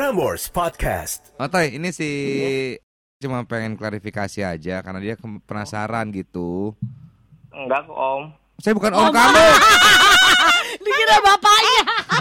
Prambors Podcast. Otoy, ini cuma pengen klarifikasi aja karena dia penasaran gitu. Enggak kok, Om. Saya bukan om kamu. Dikira bapaknya.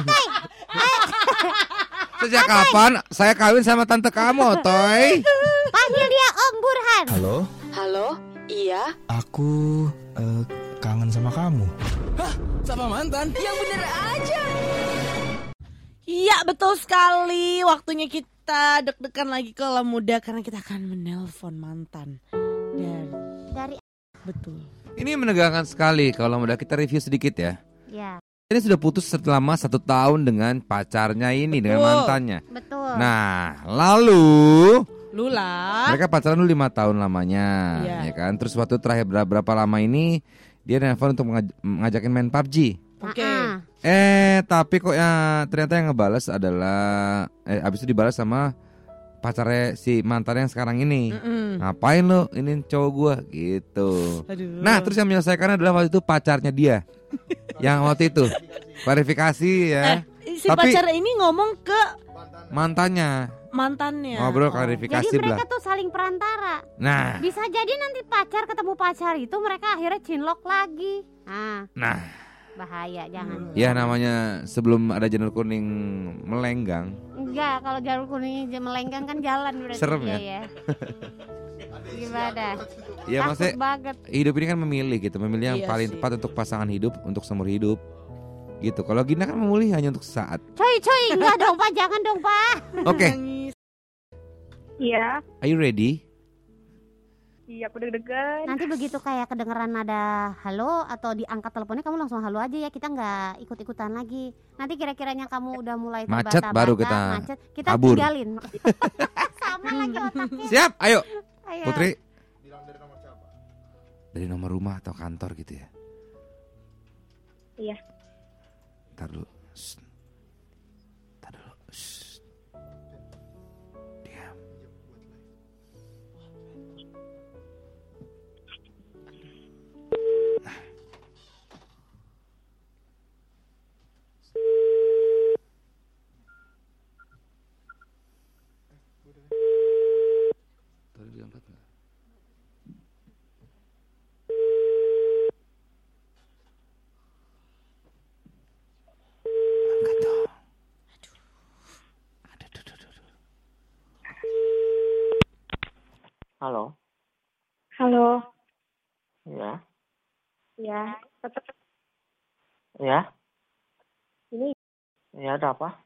Sejak kapan saya kawin sama tante kamu, Otoy? Panggil dia Om Burhan. Halo? Halo, iya. Aku kangen sama kamu. Hah? Sama mantan? Yang bener aja. Iya, betul sekali. Waktunya kita deg-degan lagi kalau muda karena kita akan menelpon mantan. Dari Betul. Ini menegangkan sekali. Kalau udah kita review sedikit ya. Ya, Ini sudah putus selama 1 tahun dengan pacarnya ini, dengan mantannya. betul. Nah, lalu Lula. mereka pacaran dulu 5 tahun lamanya, Iya. ya kan? Terus waktu terakhir berapa lama ini dia nelfon untuk ngajakin main PUBG. Oke. Tapi kok ya ternyata yang ngebales adalah abis itu dibalas sama pacarnya si mantan yang sekarang ini. Ngapain lo ini cowok gua gitu. Aduh. Nah, terus yang menyelesaikan adalah waktu itu pacarnya dia. Yang waktu itu klarifikasi ya. Si Tapi- pacar ini ngomong ke Mantannya mantannya. ngobrol Jadi klarifikasi mereka belah. tuh saling perantara. Nah, Bisa jadi nanti pacar ketemu pacar itu mereka akhirnya cinlok lagi. nah, Bahaya, jangan. ya namanya sebelum ada janur kuning melenggang. Enggak, kalau jalur kuning melenggang kan jalan berarti. Serem dia ya? Gimana? Ya Takut maksudnya banget. hidup ini kan memilih gitu, memilih yang Iya paling sih. tepat untuk pasangan hidup, untuk seumur hidup. Gitu. Kalau Gina kan memilih hanya untuk sesaat. Coy, enggak dong Pak, jangan dong Pak. Oke, Nangis. Iya, are you ready? iya aku deg-degan. Nanti begitu kayak kedengeran nada halo atau diangkat teleponnya kamu langsung halo aja ya, kita nggak ikut-ikutan lagi. Nanti kira-kiranya kamu udah mulai Macet terbata-bata, baru kita macet, kita kabur. tinggalin. Sama lagi otaknya. Siap, ayo. Ayo. Putri. Dari nomor rumah atau kantor gitu ya? Iya. Ntar dulu. Shh. Ntar dulu. Shh. Diam. Nah. Tadi diangkat nggak? Angkat dong. Aduh. Halo. Halo. Ya. Ya, tetap Ya. Ini. Ya, ada apa?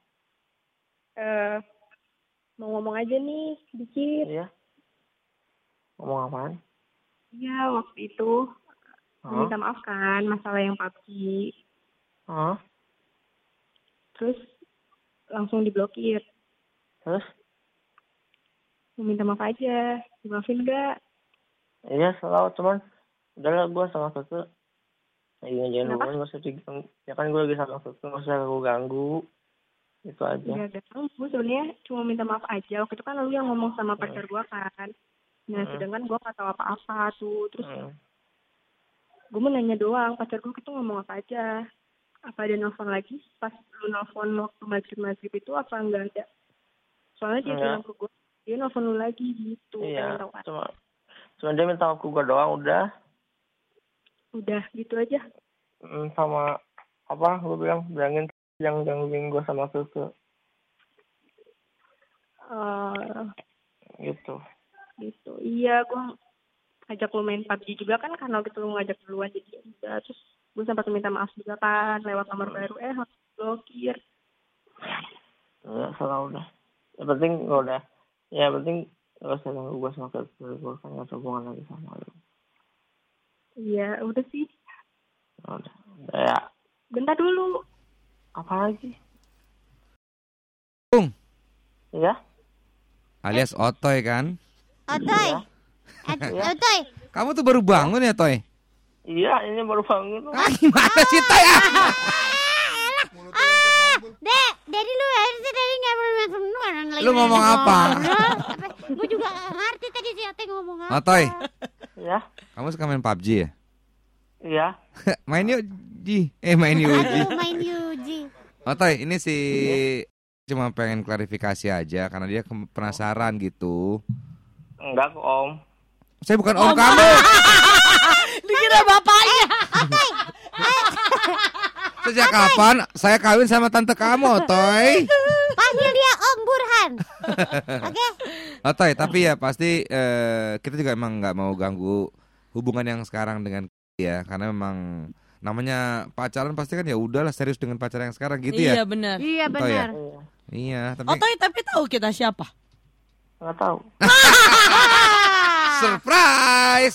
Mau ngomong aja nih, dikit. Iya. Ngomong apaan? Iya, waktu itu Hah? minta maaf kan masalah yang PUBG. Hah? Terus langsung diblokir. Terus? Mau minta maaf aja, dimaafin gak? Iya, selalu cuman udahlah gue sama Keke. Lagi ngejalan Kenapa? hubungan gak usah diganggu. Ya kan gue lagi sama Keke, gak usah aku ganggu. Itu aja. Enggak ada. Gue sebenarnya cuma minta maaf aja. Waktu itu kan lu yang ngomong sama pacar gue kan. Nah, sedangkan gue gak tahu apa-apa tuh. Terus gue mau nanya doang, pacar gue itu ngomong apa aja. Apa ada nelfon lagi? Pas lu nelfon waktu maghrib itu apa enggak ada? Soalnya dia Enggak. bilang ke gue, dia nelfon lu lagi gitu. Iya, Pengen tahu aja. cuma dia minta aku gue doang udah. Udah gitu aja. Sama apa gue bilangin yang gangguin gue sama Keke gitu. Gitu. Iya, gue ngajak lu main PUBG juga kan karena gitu lu ngajak duluan jadi ya udah. Terus gue sempat minta maaf juga kan lewat nomor baru langsung blokir. Ya salah udah. Yang penting gue udah. Ya yang penting gak usah ganggu gue sama Keke, gue kan gak ada hubungan lagi sama lu. Iya, udah sih. Udah ya. Bentar dulu. Apa lagi? Bung. Iya. Alias Otoy kan? Otoy. Otoy. Kamu tuh baru bangun ya, Toy? Iya, ini baru bangun. Gimana sih, Toy? Dek, dari lu harusnya tadi nggak perlu langsung orang lagi. Lu ngomong apa? Gue juga nggak ngerti tadi si Ate ngomong apa. Otoy, Ya. kamu suka main PUBG ya? Iya. Main yuk, Ji. Main yuk, Ji. Aduh, main Yuji. Otoy, ini si cuma pengen klarifikasi aja karena dia penasaran gitu. Enggak kok Om. Saya bukan om kamu. Dikira bapaknya. Sejak kapan saya kawin sama tante kamu, Toy? Panggil dia Om Burhan. Oke. Toy, tapi ya pasti kita juga emang nggak mau ganggu hubungan yang sekarang dengan ya, karena memang namanya pacaran pasti kan ya udahlah serius dengan pacaran yang sekarang gitu ya. Iya benar. Iya Toy, ya? benar. Iya, Tapi tahu kita siapa? Nggak tahu. Surprise.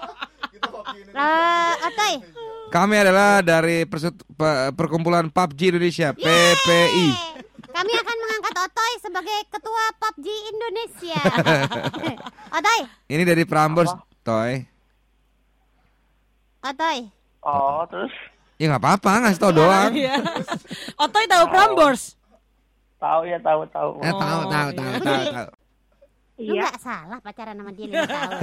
Otoy. Kami adalah dari Perkumpulan PUBG Indonesia, PPI. Kami akan mengangkat Otoy sebagai ketua PUBG Indonesia. Otoy. Ini dari Prambors, Toy. Otoy. Oh, terus? Ya nggak apa-apa, ngasih tau doang. Iya. Otoy tahu Prambors? Tahu ya, tahu. Tahu. Lu Iya. gak salah pacaran sama dia 5 tahun.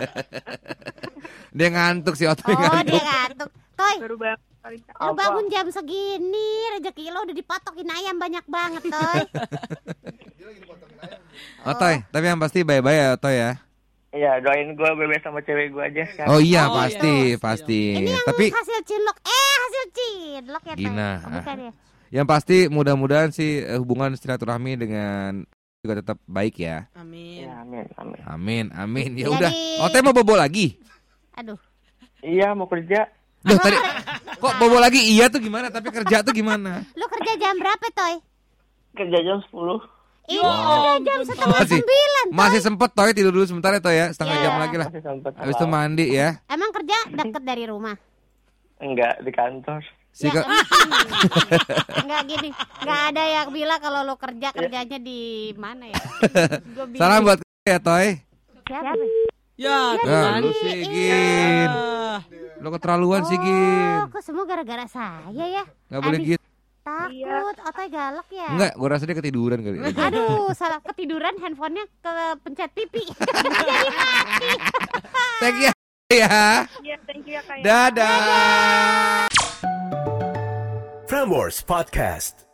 Dia ngantuk si Otoy. Oh dia ngantuk. Toy, Baru bangun kali. lu bangun jam segini, rezeki lo udah dipatokin ayam banyak banget, Toy. Otoy, tapi yang pasti bye-bye ya Otoy ya. Iya, doain gue bebas sama cewek gue aja sekarang. Oh iya, Oh, pasti. Ini yang Tapi hasil cinlok ya, Toy. Gina. Oh, bukan ya. yang pasti mudah-mudahan sih hubungan silaturahmi dengan juga tetap baik ya. Amin. Ya, amin. Amin. Ya Jadi- udah. Otoy mau bobo lagi? Aduh. Iya, mau kerja. Loh tadi kok bobo lagi? Iya tuh gimana? Tapi kerja tuh gimana? Lu kerja jam berapa, Toy? Kerja jam 10. Ini udah jam setengah 9. Masih sempet Toy tidur dulu sebentar ya Toy ya, setengah Iya. jam lagi lah. Masih sempet. Habis itu mandi ya. Emang kerja deket dari rumah? Enggak, di kantor. Si Ya, enggak gini. Enggak ada yang bilang kalau lo kerjanya di mana ya? Gua bingung. salam buat ya Toy. Siapa? Ya, Ya, kan. lu sih Gin. Lu keterlaluan sih Gin. Oh, kok semua gara-gara saya ya? Gak boleh Adik gitu. takut, Otoy galak ya? Enggak, gua rasa dia ketiduran kali. Aduh, salah ketiduran, handphonenya ke pencet TV. Jadi mati. Thank you ya. Iya, thank you ya Kak. Dadah. Prambors Podcast.